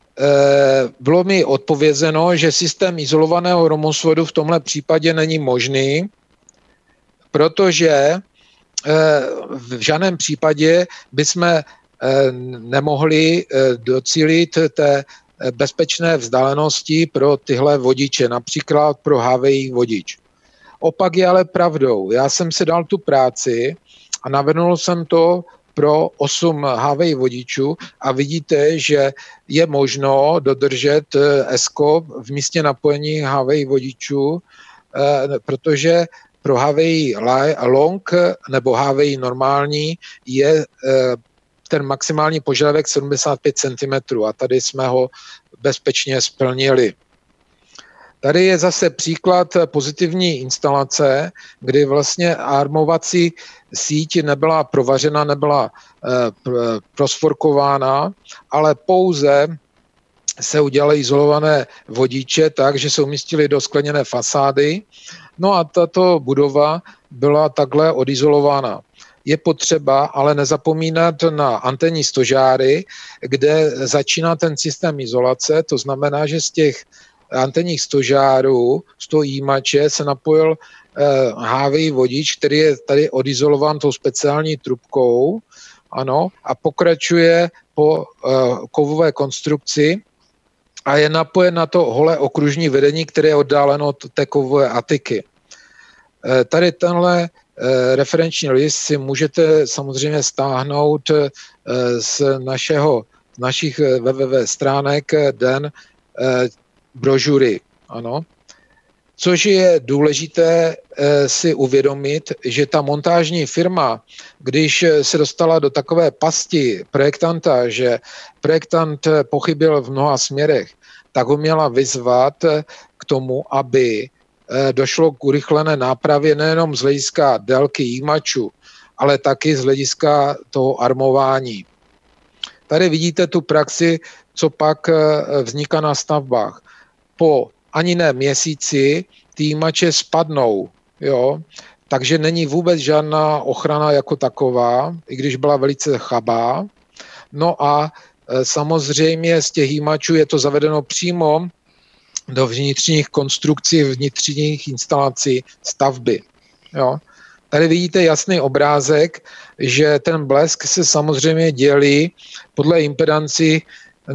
bylo mi odpovězeno, že systém izolovaného hromosvodu v tomhle případě není možný, protože v žádném případě bychom nemohli docílit té bezpečné vzdálenosti pro tyhle vodiče, například pro HVI vodič. Opak je ale pravdou. Já jsem si dal tu práci a navrhnul jsem to pro 8 HVI vodičů a vidíte, že je možno dodržet ESCO v místě napojení HVI vodičů, protože pro HVI long nebo HVI normální je ten maximální požadavek 75 cm a tady jsme ho bezpečně splnili. Tady je zase příklad pozitivní instalace, kdy vlastně armovací síť nebyla provařena, nebyla prosforkována, ale pouze se udělaly izolované vodiče tak, že se umístily do skleněné fasády. No a tato budova byla takhle odizolována. Je potřeba ale nezapomínat na anténní stožáry, kde začíná ten systém izolace, to znamená, že z těch anténních stožárů, z toho jímače se napojil HVI vodič, který je tady odizolován tou speciální trubkou, ano, a pokračuje po kovové konstrukci a je napojen na to holé okružní vedení, které je oddáleno od té kovové atiky. Tady tenhle referenční list si můžete samozřejmě stáhnout z našich www stránek den brožury. Ano. Což je důležité si uvědomit, že ta montážní firma, když se dostala do takové pasti projektanta, že projektant pochybil v mnoha směrech, tak ho měla vyzvat k tomu, aby došlo k urychlené nápravě nejenom z hlediska délky jímačů, ale taky z hlediska toho armování. Tady vidíte tu praxi, co pak vzniká na stavbách. Po ani ne měsíci ty jímače spadnou, jo? Takže není vůbec žádná ochrana jako taková, i když byla velice chabá. No a samozřejmě z těch jímačů je to zavedeno přímo do vnitřních konstrukcí, vnitřních instalací stavby. Jo? Tady vidíte jasný obrázek, že ten blesk se samozřejmě dělí podle impedanci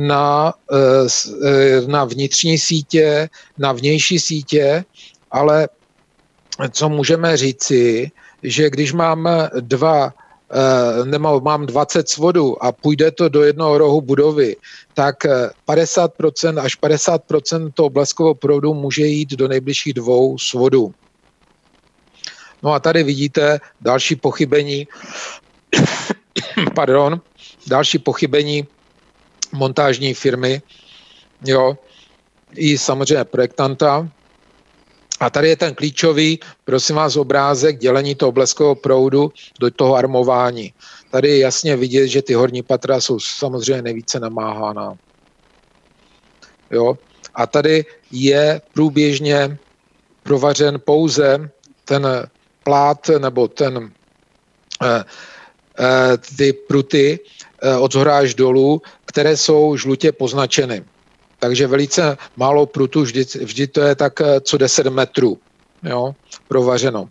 na vnitřní sítě, na vnější sítě, ale co můžeme říci, že když mám mám 20 svodů a půjde to do jednoho rohu budovy, tak 50% až 50% toho bleskového proudu může jít do nejbližších 2 svodů. No a tady vidíte další pochybení, další pochybení montážní firmy, jo, i samozřejmě projektanta. A tady je ten klíčový, prosím vás, obrázek dělení toho bleskového proudu do toho armování. Tady je jasně vidět, že ty horní patra jsou samozřejmě nejvíce namáhána. Jo. A tady je průběžně provařen pouze ten plát nebo ty pruty od zhora až dolů, které jsou žlutě poznačeny. Takže velice málo prutů, vždy to je tak co 10 metrů, jo, provařeno.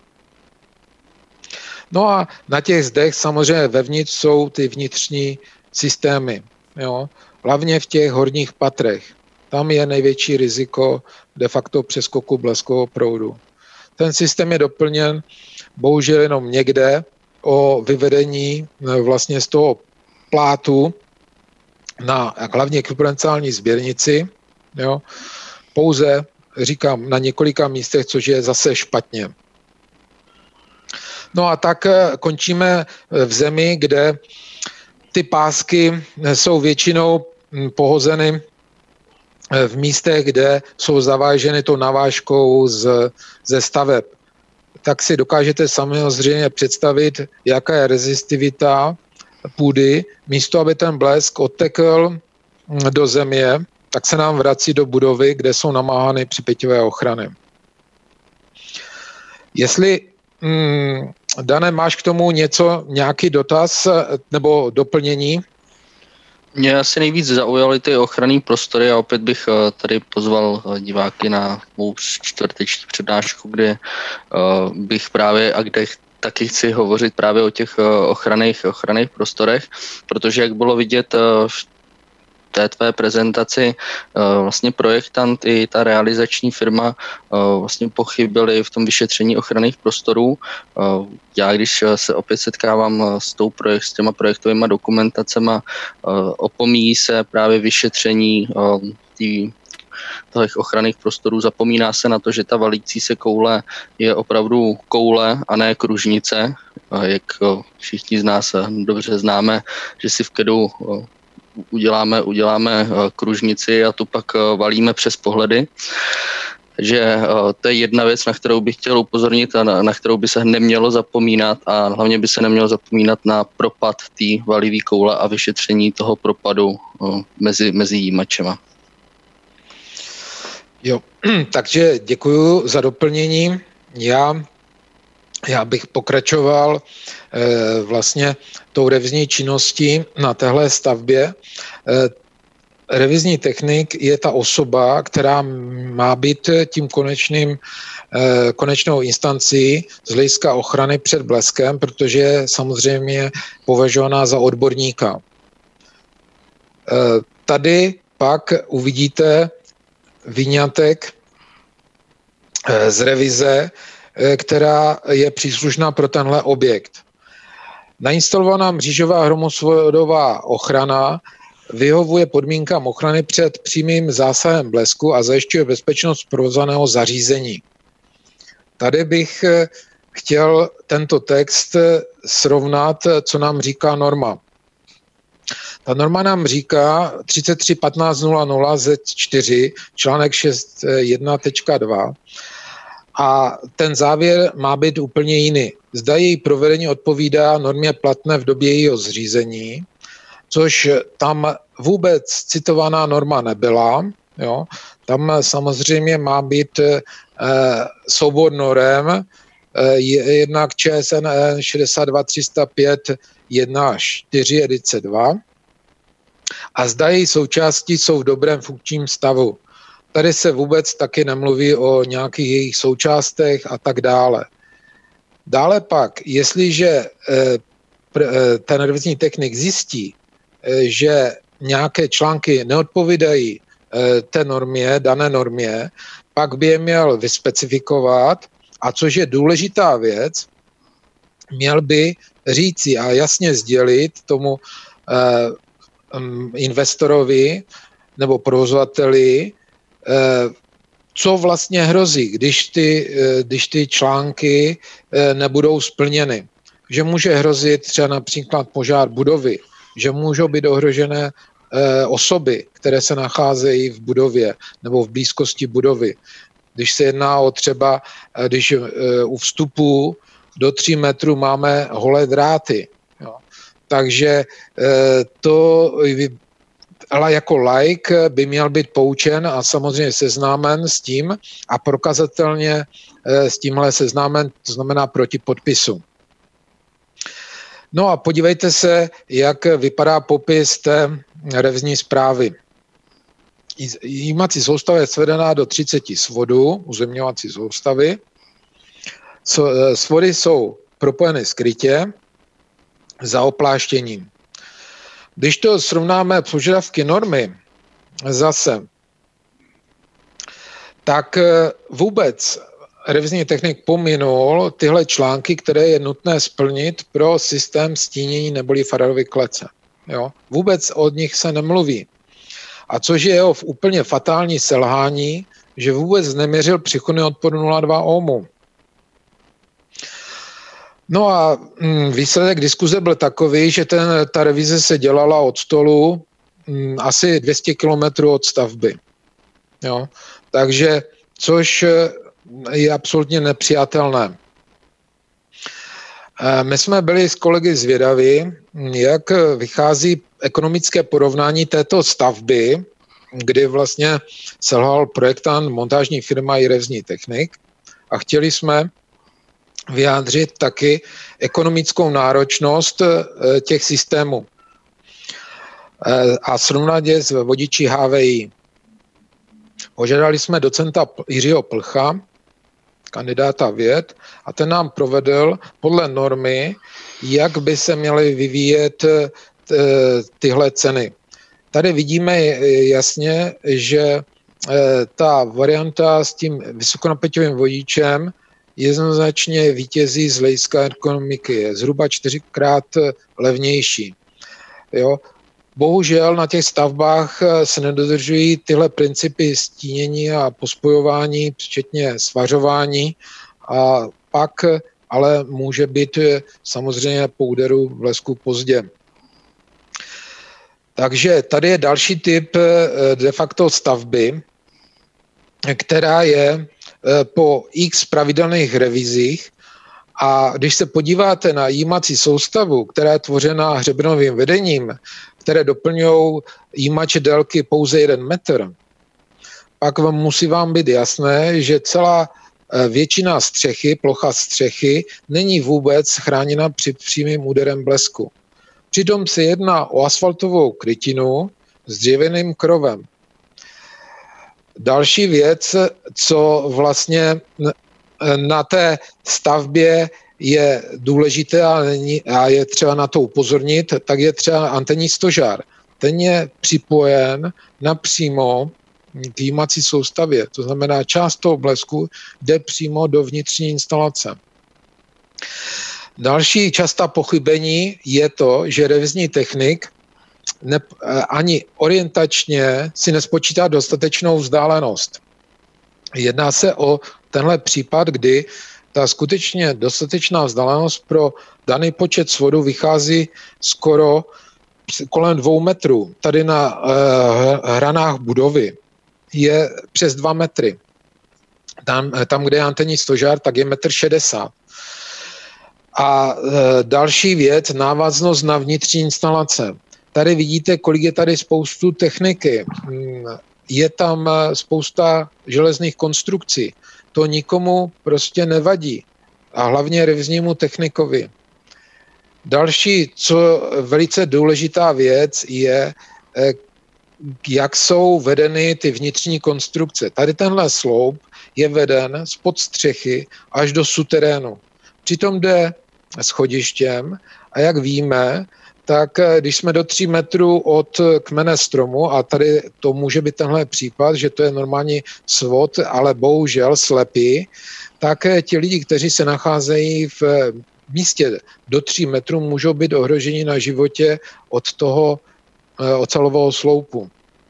No a na těch zdech samozřejmě vevnitř jsou ty vnitřní systémy, jo, hlavně v těch horních patrech. Tam je největší riziko de facto přeskoku bleskového proudu. Ten systém je doplněn bohužel jenom někde o vyvedení vlastně z toho plátu na hlavně ekviponenciální sběrnici, jo, pouze, říkám, na několika místech, což je zase špatně. No a tak končíme v zemi, kde ty pásky jsou většinou pohozeny v místech, kde jsou zaváženy tou navážkou ze staveb. Tak si dokážete samozřejmě představit, jaká je rezistivita půdy, místo aby ten blesk odtekl do země, tak se nám vrací do budovy, kde jsou namáhány přípětivé ochrany. Jestli, Dané, máš k tomu nějaký dotaz nebo doplnění? Mě asi nejvíc zaujaly ty ochranné prostory a opět bych tady pozval diváky na mou čtvrteční přednášku, kde bych právě, a kde taky chci hovořit právě o těch ochranných prostorech, protože jak bylo vidět v té tvé prezentaci, vlastně projektant i ta realizační firma vlastně pochybili v tom vyšetření ochranných prostorů. Já, když se opět setkávám s těma projektovými dokumentacemi, opomíjí se právě vyšetření těch ochranných prostorů, zapomíná se na to, že ta valící se koule je opravdu koule a ne kružnice, jak všichni z nás dobře známe, že si v KEDu uděláme kružnici a tu pak valíme přes pohledy. Takže to je jedna věc, na kterou bych chtěl upozornit a na kterou by se nemělo zapomínat a hlavně by se nemělo zapomínat na propad té valivé koule a vyšetření toho propadu mezi jímačema. Jo, takže děkuju za doplnění. Já bych pokračoval vlastně tou revizní činností na téhle stavbě. Revizní technik je ta osoba, která má být tím konečnou instancí z hlediska ochrany před bleskem, protože je samozřejmě považovaná za odborníka. Tady pak uvidíte vyňatek z revize, která je příslušná pro tenhle objekt. Nainstalovaná mřížová hromosvodová ochrana vyhovuje podmínkám ochrany před přímým zásahem blesku a zajišťuje bezpečnost provozovaného zařízení. Tady bych chtěl tento text srovnat, co nám říká norma. Ta norma nám říká 33.15.00 Z4, článek 6.1.2, a ten závěr má být úplně jiný. Zda její provedení odpovídá normě platné v době jejího zřízení, což tam vůbec citovaná norma nebyla. Jo. Tam samozřejmě má být soubor norem, jednak ČSN 62305-1-4 edice 2, a zda její součástí jsou v dobrém funkčním stavu. Tady se vůbec taky nemluví o nějakých jejich součástech a tak dále. Dále pak, jestliže ten revizní technik zjistí, že nějaké články neodpovídají té normě, dané normě, pak by je měl vyspecifikovat, a což je důležitá věc, měl by říci a jasně sdělit tomu investorovi nebo provozovateli, co vlastně hrozí, když ty články nebudou splněny. Že může hrozit třeba například požár budovy, že můžou být ohrožené osoby, které se nacházejí v budově nebo v blízkosti budovy. Když se jedná o třeba, když u vstupu do 3 metrů máme holé dráty. Jo. Takže ale jako laik by měl být poučen a samozřejmě seznámen s tím a prokazatelně s tímhle seznámen, to znamená proti podpisu. No a podívejte se, jak vypadá popis té revizní zprávy. Jímací soustava je svedená do 30 svodů, uzemňovací soustavy. Svody jsou propojeny skrytě za opláštěním. Když to srovnáme požadavky normy zase, tak vůbec revizní technik pominul tyhle články, které je nutné splnit pro systém stínění neboli Faradovi klece. Jo? Vůbec od nich se nemluví. A což je jeho úplně fatální selhání, že vůbec neměřil přechodný odpor 0,2 ohmu. No a výsledek diskuze byl takový, že ta revize se dělala od stolu asi 200 kilometrů od stavby. Jo? Takže, což je absolutně nepřijatelné. My jsme byli s kolegy zvědaví, jak vychází ekonomické porovnání této stavby kdy vlastně selhal projektant, montážní firma i revizní technik a chtěli jsme vyjádřit taky ekonomickou náročnost těch systémů a srovnat je s vodiči HVI. Požádali jsme docenta Jiřího Plcha, kandidáta věd, a ten nám provedl podle normy, jak by se měly vyvíjet tyhle ceny. Tady vidíme jasně, že ta varianta s tím vysokonapěťovým vodičem jednoznačně vítězí z hlediska ekonomiky, je zhruba 4krát levnější. Jo? Bohužel na těch stavbách se nedodržují tyhle principy stínění a pospojování, včetně svařování, a pak ale může být samozřejmě po úderu blesku pozdě. Takže tady je další typ de facto stavby, která je po x pravidelných revizích, a když se podíváte na jímací soustavu, která je tvořena hřebenovým vedením, které doplňují jímače délky pouze 1 metr, pak musí vám být jasné, že celá většina střechy, plocha střechy, není vůbec chráněna před přímým úderem blesku. Přitom se jedná o asfaltovou krytinu s dřevěným krovem. Další věc, co vlastně na té stavbě je důležité a je třeba na to upozornit, tak je třeba antenní stožár. Ten je připojen napřímo k jímací soustavě. To znamená, část toho blesku jde přímo do vnitřní instalace. Další častá pochybení je to, že revizní technik ani orientačně si nespočítá dostatečnou vzdálenost. Jedná se o tenhle případ, kdy ta skutečně dostatečná vzdálenost pro daný počet svodů vychází skoro kolem 2 metrů. Tady na hranách budovy je přes 2 metry. Tam, kde je antenní stožár, tak je 1,60 m. A další věc, návaznost na vnitřní instalace. Tady vidíte, kolik je tady spoustu techniky. Je tam spousta železných konstrukcí. To nikomu prostě nevadí. A hlavně reviznímu technikovi. Další, co velice důležitá věc, je, jak jsou vedeny ty vnitřní konstrukce. Tady tenhle sloup je veden spod střechy až do suterénu. Přitom jde schodištěm a jak víme, tak když jsme do 3 metrů od kmene stromu, a tady to může být tenhle případ, že to je normální svod, ale bohužel slepý, tak ti lidi, kteří se nacházejí v místě do 3 metrů, můžou být ohroženi na životě od toho ocelového sloupu.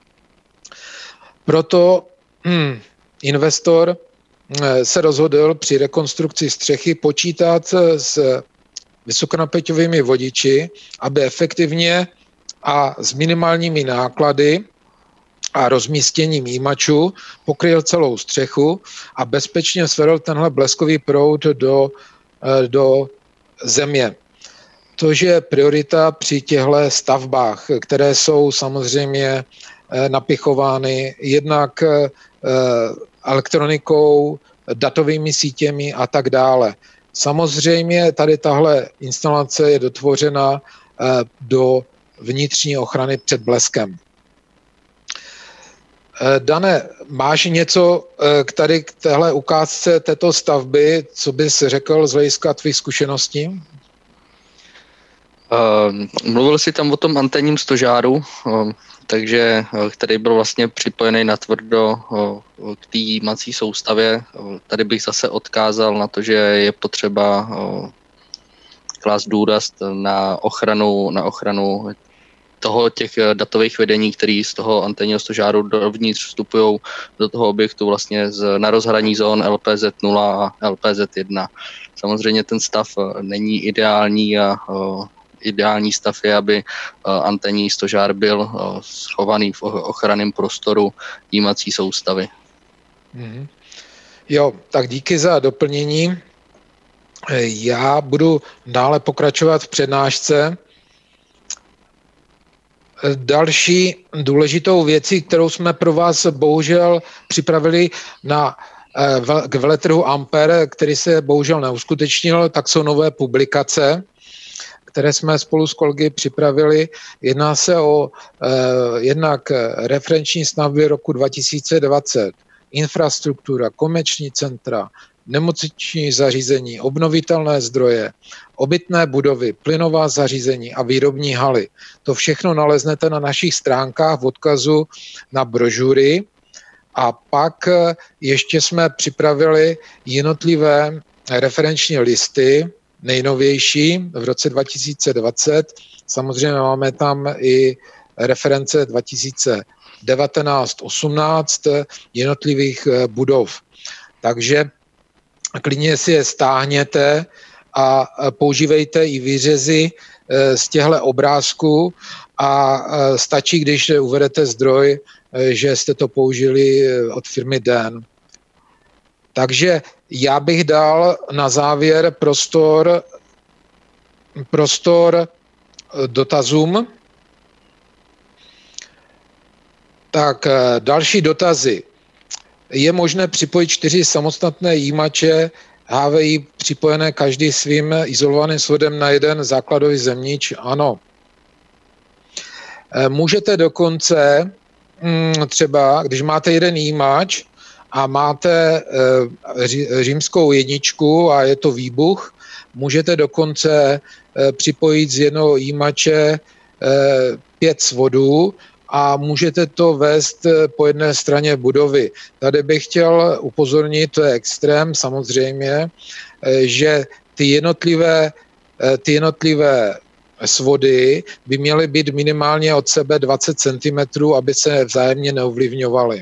Proto investor se rozhodl při rekonstrukci střechy počítat s vysokonapěťovými vodiči, aby efektivně a s minimálními náklady a rozmístěním jímačů pokryl celou střechu a bezpečně svedl tenhle bleskový proud do země. To je priorita při těchto stavbách, které jsou samozřejmě napichovány jednak elektronikou, datovými sítěmi a tak dále. Samozřejmě tady tahle instalace je dotvořena do vnitřní ochrany před bleskem. Dane, máš něco k téhle ukázce této stavby, co bys řekl z hlediska tvých zkušeností? Mluvil jsi tam o tom antenním stožáru, takže který byl vlastně připojený natvrdo k té jímací soustavě. Tady bych zase odkázal na to, že je potřeba klást důraz na ochranu těch datových vedení, které z toho antenního stožáru dovnitř vstupují do toho objektu vlastně na rozhraní zón LPZ0 a LPZ1. Samozřejmě ten stav není ideální a ideální stav je, aby antenní stožár byl schovaný v ochranném prostoru jímací soustavy. Jo, tak díky za doplnění. Já budu dále pokračovat v přednášce. Další důležitou věcí, kterou jsme pro vás bohužel připravili k veletrhu Ampere, který se bohužel neuskutečnil, tak jsou nové publikace, které jsme spolu s kolegy připravili. Jedná se o jednak referenční stavby roku 2020, infrastruktura, komerční centra, nemocniční zařízení, obnovitelné zdroje, obytné budovy, plynová zařízení a výrobní haly. To všechno naleznete na našich stránkách v odkazu na brožury. A pak ještě jsme připravili jednotlivé referenční listy, nejnovější v roce 2020. Samozřejmě máme tam i reference 2019-18 jednotlivých budov. Takže klidně si je stáhněte a používejte i výřezy z těchto obrázků a stačí, když uvedete zdroj, že jste to použili od firmy DEN. Takže já bych dal na závěr prostor dotazům. Tak další dotazy. Je možné připojit 4 samostatné jímače HVI připojené každý svým izolovaným svodem na jeden základový zemnič? Ano. Můžete dokonce třeba, když máte jeden jímač a máte římskou jedničku a je to výbuch, můžete dokonce připojit z jednoho jímače 5 svodů a můžete to vést po jedné straně budovy. Tady bych chtěl upozornit, to je extrém samozřejmě, že ty jednotlivé svody by měly být minimálně od sebe 20 cm, aby se vzájemně neovlivňovaly.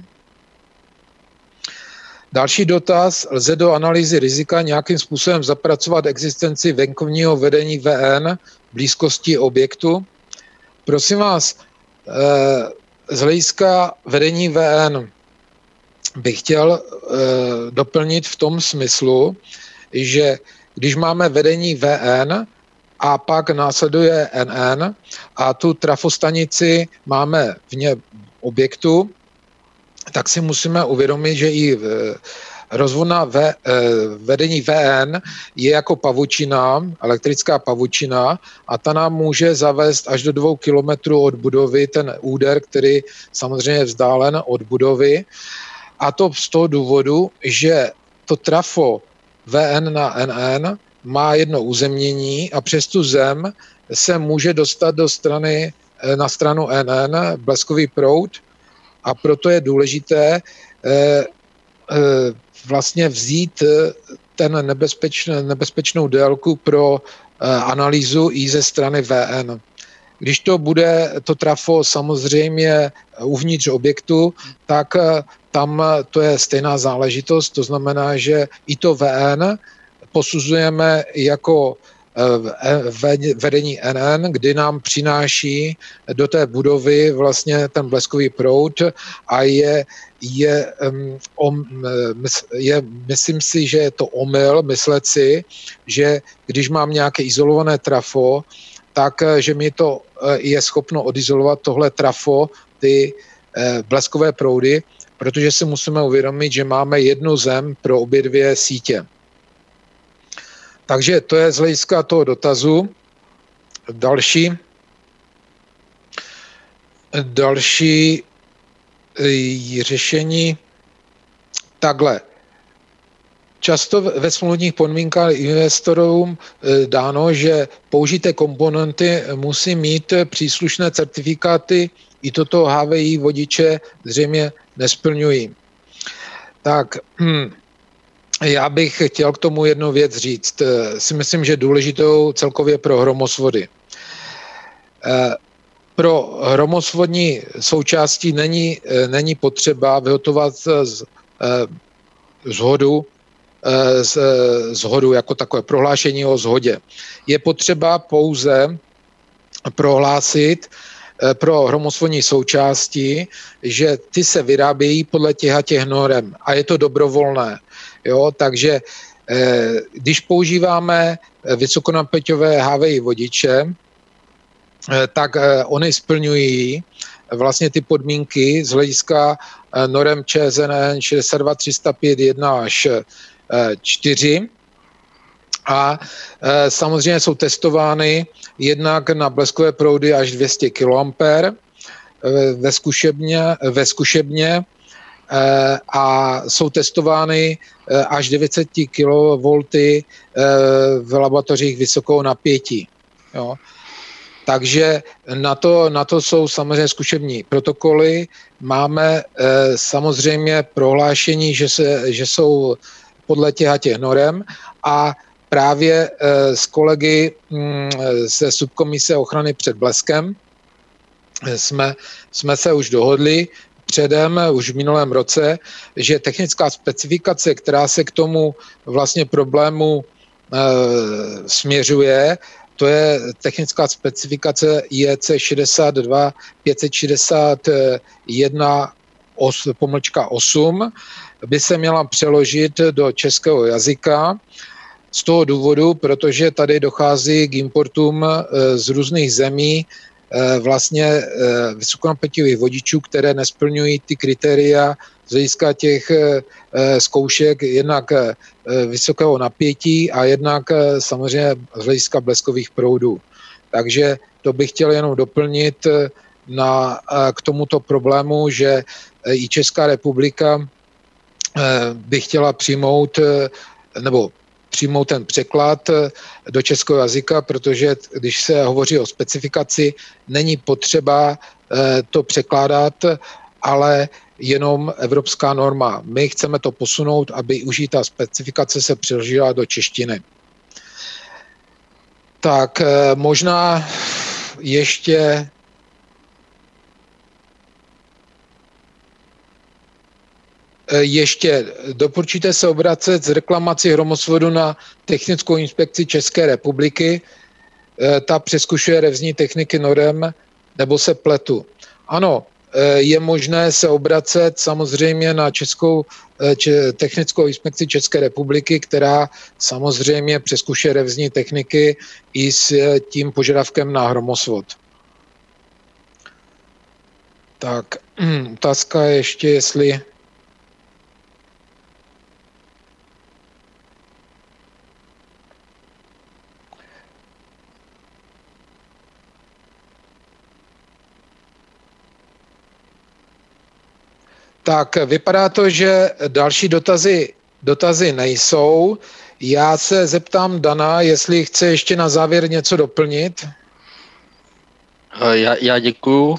Další dotaz. Lze do analýzy rizika nějakým způsobem zapracovat existenci venkovního vedení VN v blízkosti objektu? Prosím vás, z hlediska vedení VN bych chtěl doplnit v tom smyslu, že když máme vedení VN a pak následuje NN a tu trafostanici máme vně objektu, tak si musíme uvědomit, že i rozvodná vedení VN je jako pavučina, elektrická pavučina, a ta nám může zavést až do 2 kilometrů od budovy ten úder, který samozřejmě je vzdálen od budovy. A to z toho důvodu, že to trafo VN na NN má jedno uzemnění a přes tu zem se může dostat na stranu NN bleskový proud, a proto je důležité vlastně vzít ten nebezpečnou délku pro analýzu i ze strany VN. Když to bude to trafo samozřejmě uvnitř objektu, tak tam to je stejná záležitost, to znamená, že i to VN posuzujeme jako vedení NN, kdy nám přináší do té budovy vlastně ten bleskový proud a myslím si, že je to omyl myslet si, že když mám nějaké izolované trafo, tak že mi to je schopno odizolovat tohle trafo, ty bleskové proudy, protože si musíme uvědomit, že máme jednu zem pro obě dvě sítě. Takže to je z hlediska toho dotazu. Další řešení takhle. Často ve smluvních podmínkách investorům dáno, že použité komponenty musí mít příslušné certifikáty, i toto HVI vodiče zřejmě nesplňují. Tak já bych chtěl k tomu jednu věc říct. Si myslím, že důležitou celkově pro hromosvody. Pro hromosvodní součástí není potřeba vyhotovat shodu jako takové prohlášení o shodě. Je potřeba pouze prohlásit pro hromosvodní součásti, že ty se vyrábějí podle těch norem a je to dobrovolné. Jo, takže když používáme vysokonapěťové HVI vodiče, tak oni splňují vlastně ty podmínky z hlediska norem ČSNN 62305-1 až 4 a samozřejmě jsou testovány jednak na bleskové proudy až 200 kA ve zkušebně a jsou testovány až 900 kV v laboratořích vysokého napětí. Jo. Takže na to jsou samozřejmě zkušební protokoly. Máme samozřejmě prohlášení, že jsou podle těch norem a právě s kolegy ze subkomise ochrany před bleskem jsme se už dohodli předem, už v minulém roce, že technická specifikace, která se k tomu vlastně problému směřuje, to je technická specifikace IEC 62 561 -8, by se měla přeložit do českého jazyka z toho důvodu, protože tady dochází k importům z různých zemí vlastně vysokonapěťových vodičů, které nesplňují ty kritéria z hlediska těch zkoušek jednak vysokého napětí a jednak samozřejmě z hlediska bleskových proudů. Takže to bych chtěl jenom doplnit k tomuto problému, že i Česká republika by chtěla přijmout ten překlad do českého jazyka, protože když se hovoří o specifikaci, není potřeba to překládat, ale jenom evropská norma. My chceme to posunout, aby už i ta specifikace se přeložila do češtiny. Tak možná ještě doporučíte se obracet s reklamací hromosvodu na Technickou inspekci České republiky. Ta přezkušuje revizní techniky norem, nebo se pletu. Ano, je možné se obracet samozřejmě na Technickou inspekci České republiky, která samozřejmě přezkušuje revizní techniky i s tím požadavkem na hromosvod. Tak, otázka ještě, jestli... Tak vypadá to, že další dotazy nejsou. Já se zeptám Dana, jestli chce ještě na závěr něco doplnit. Já děkuju.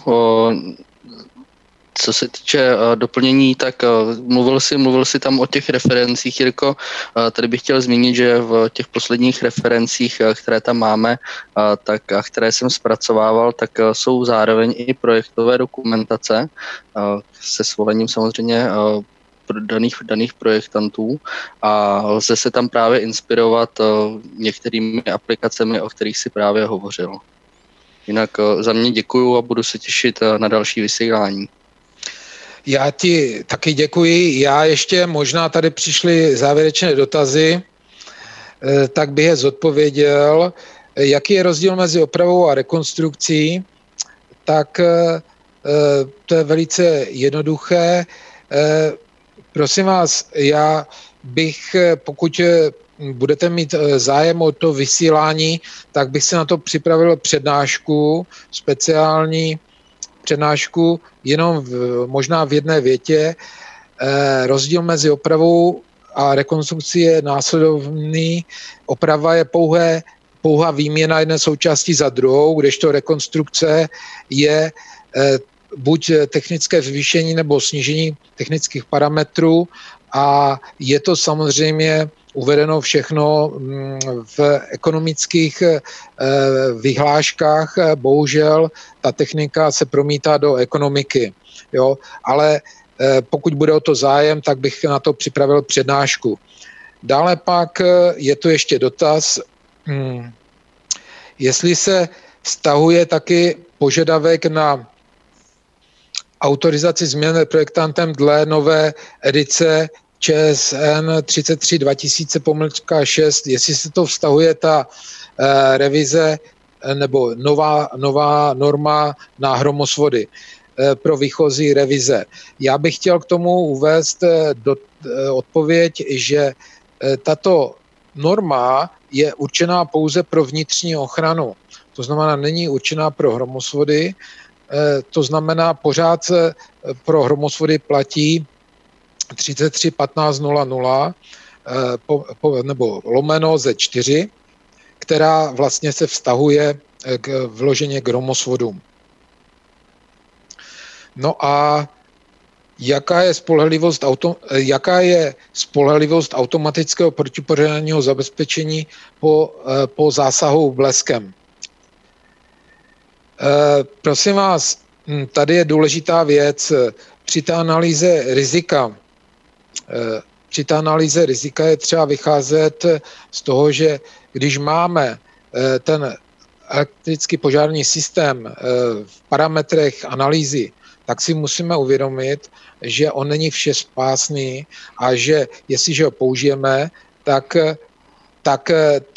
Co se týče doplnění, tak mluvil si tam o těch referencích, Jirko. Tady bych chtěl zmínit, že v těch posledních referencích, které tam máme, a které jsem zpracovával, tak jsou zároveň i projektové dokumentace se svolením samozřejmě daných projektantů a lze se tam právě inspirovat některými aplikacemi, o kterých si právě hovořil. Jinak za mě děkuju a budu se těšit na další vysílání. Já ti taky děkuji. Já ještě možná tady přišly závěrečné dotazy, tak bych je zodpověděl. Jaký je rozdíl mezi opravou a rekonstrukcí? Tak to je velice jednoduché. Prosím vás, já bych, pokud budete mít zájem o to vysílání, tak bych se na to připravil přednášku, speciální přednášku, jenom možná v jedné větě. Rozdíl mezi opravou a rekonstrukcí je následovný. Oprava je pouhá výměna jedné součástí za druhou, kdežto rekonstrukce je buď technické zvýšení nebo snížení technických parametrů a je to samozřejmě uvedeno všechno v ekonomických vyhláškách. Bohužel ta technika se promítá do ekonomiky. Jo? Ale pokud bude o to zájem, tak bych na to připravil přednášku. Dále pak je tu ještě dotaz, jestli se vztahuje taky požadavek na autorizaci změn projektantem dle nové edice ČSN 33 2000/6, jestli se to vztahuje ta revize nebo nová norma na hromosvody pro výchozí revize. Já bych chtěl k tomu uvést odpověď, že tato norma je určená pouze pro vnitřní ochranu. To znamená, není určená pro hromosvody, to znamená, pořád pro hromosvody platí 33.15.00 nebo lomeno ze 4, která vlastně se vztahuje vloženě k hromosvodům. No a jaká je spolehlivost automatického protipožárního zabezpečení po zásahu bleskem? Prosím vás, tady je důležitá věc. Při té analýze rizika je třeba vycházet z toho, že když máme ten elektrický požární systém v parametrech analýzy, tak si musíme uvědomit, že on není všespásný a že jestliže ho použijeme, tak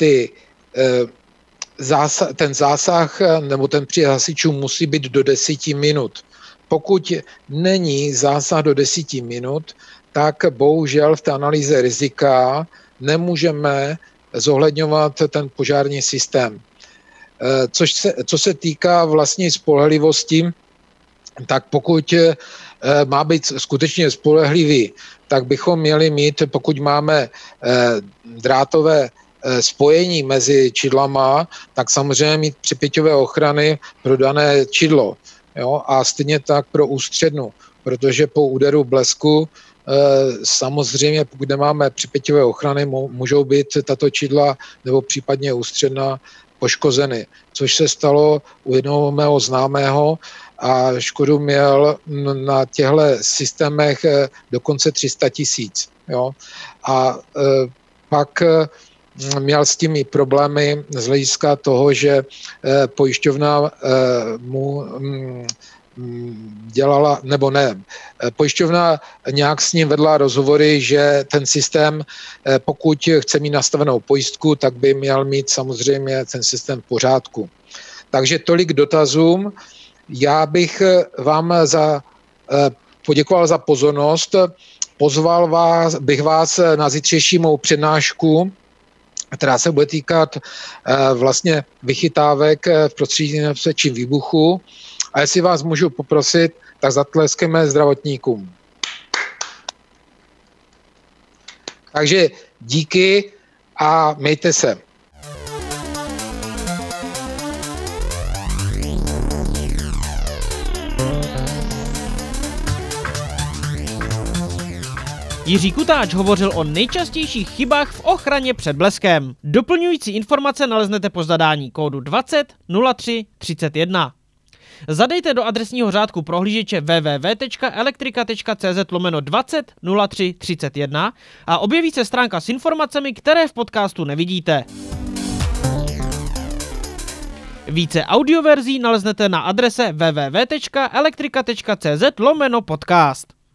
ten zásah nebo ten příjezd hasičů musí být do 10 minut. Pokud není zásah do 10 minut, tak bohužel v té analýze rizika nemůžeme zohledňovat ten požární systém. Co se týká vlastní spolehlivosti, tak pokud má být skutečně spolehlivý, tak bychom měli mít, pokud máme drátové spojení mezi čidlama, tak samozřejmě mít připěťové ochrany pro dané čidlo. Jo? A stejně tak pro ústřednu, protože po úderu blesku samozřejmě, pokud nemáme připěťové ochrany, můžou být tato čidla nebo případně ústředna poškozeny, což se stalo u jednoho mého známého a škodu měl na těchto systémech dokonce 300 000. A pak měl s tím i problémy z hlediska toho, že pojišťovna mu dělala, nebo ne, pojišťovna nějak s ním vedla rozhovory, že ten systém, pokud chce mít nastavenou pojistku, tak by měl mít samozřejmě ten systém v pořádku. Takže tolik dotazům. Já bych vám poděkoval za pozornost, pozval bych vás na zítřejší mou přednášku, která se bude týkat vlastně vychytávek v prostředí nebezpečí výbuchu. A jestli vás můžu poprosit, tak zatleskeme zdravotníkům. Takže díky a mějte se. Jiří Kutáč hovořil o nejčastějších chybách v ochraně před bleskem. Doplňující informace naleznete po zadání kódu 20 03 31. Zadejte do adresního řádku prohlížeče www.elektrika.cz/20 03 31 a objeví se stránka s informacemi, které v podcastu nevidíte. Více audioverzí naleznete na adrese www.elektrika.cz/podcast.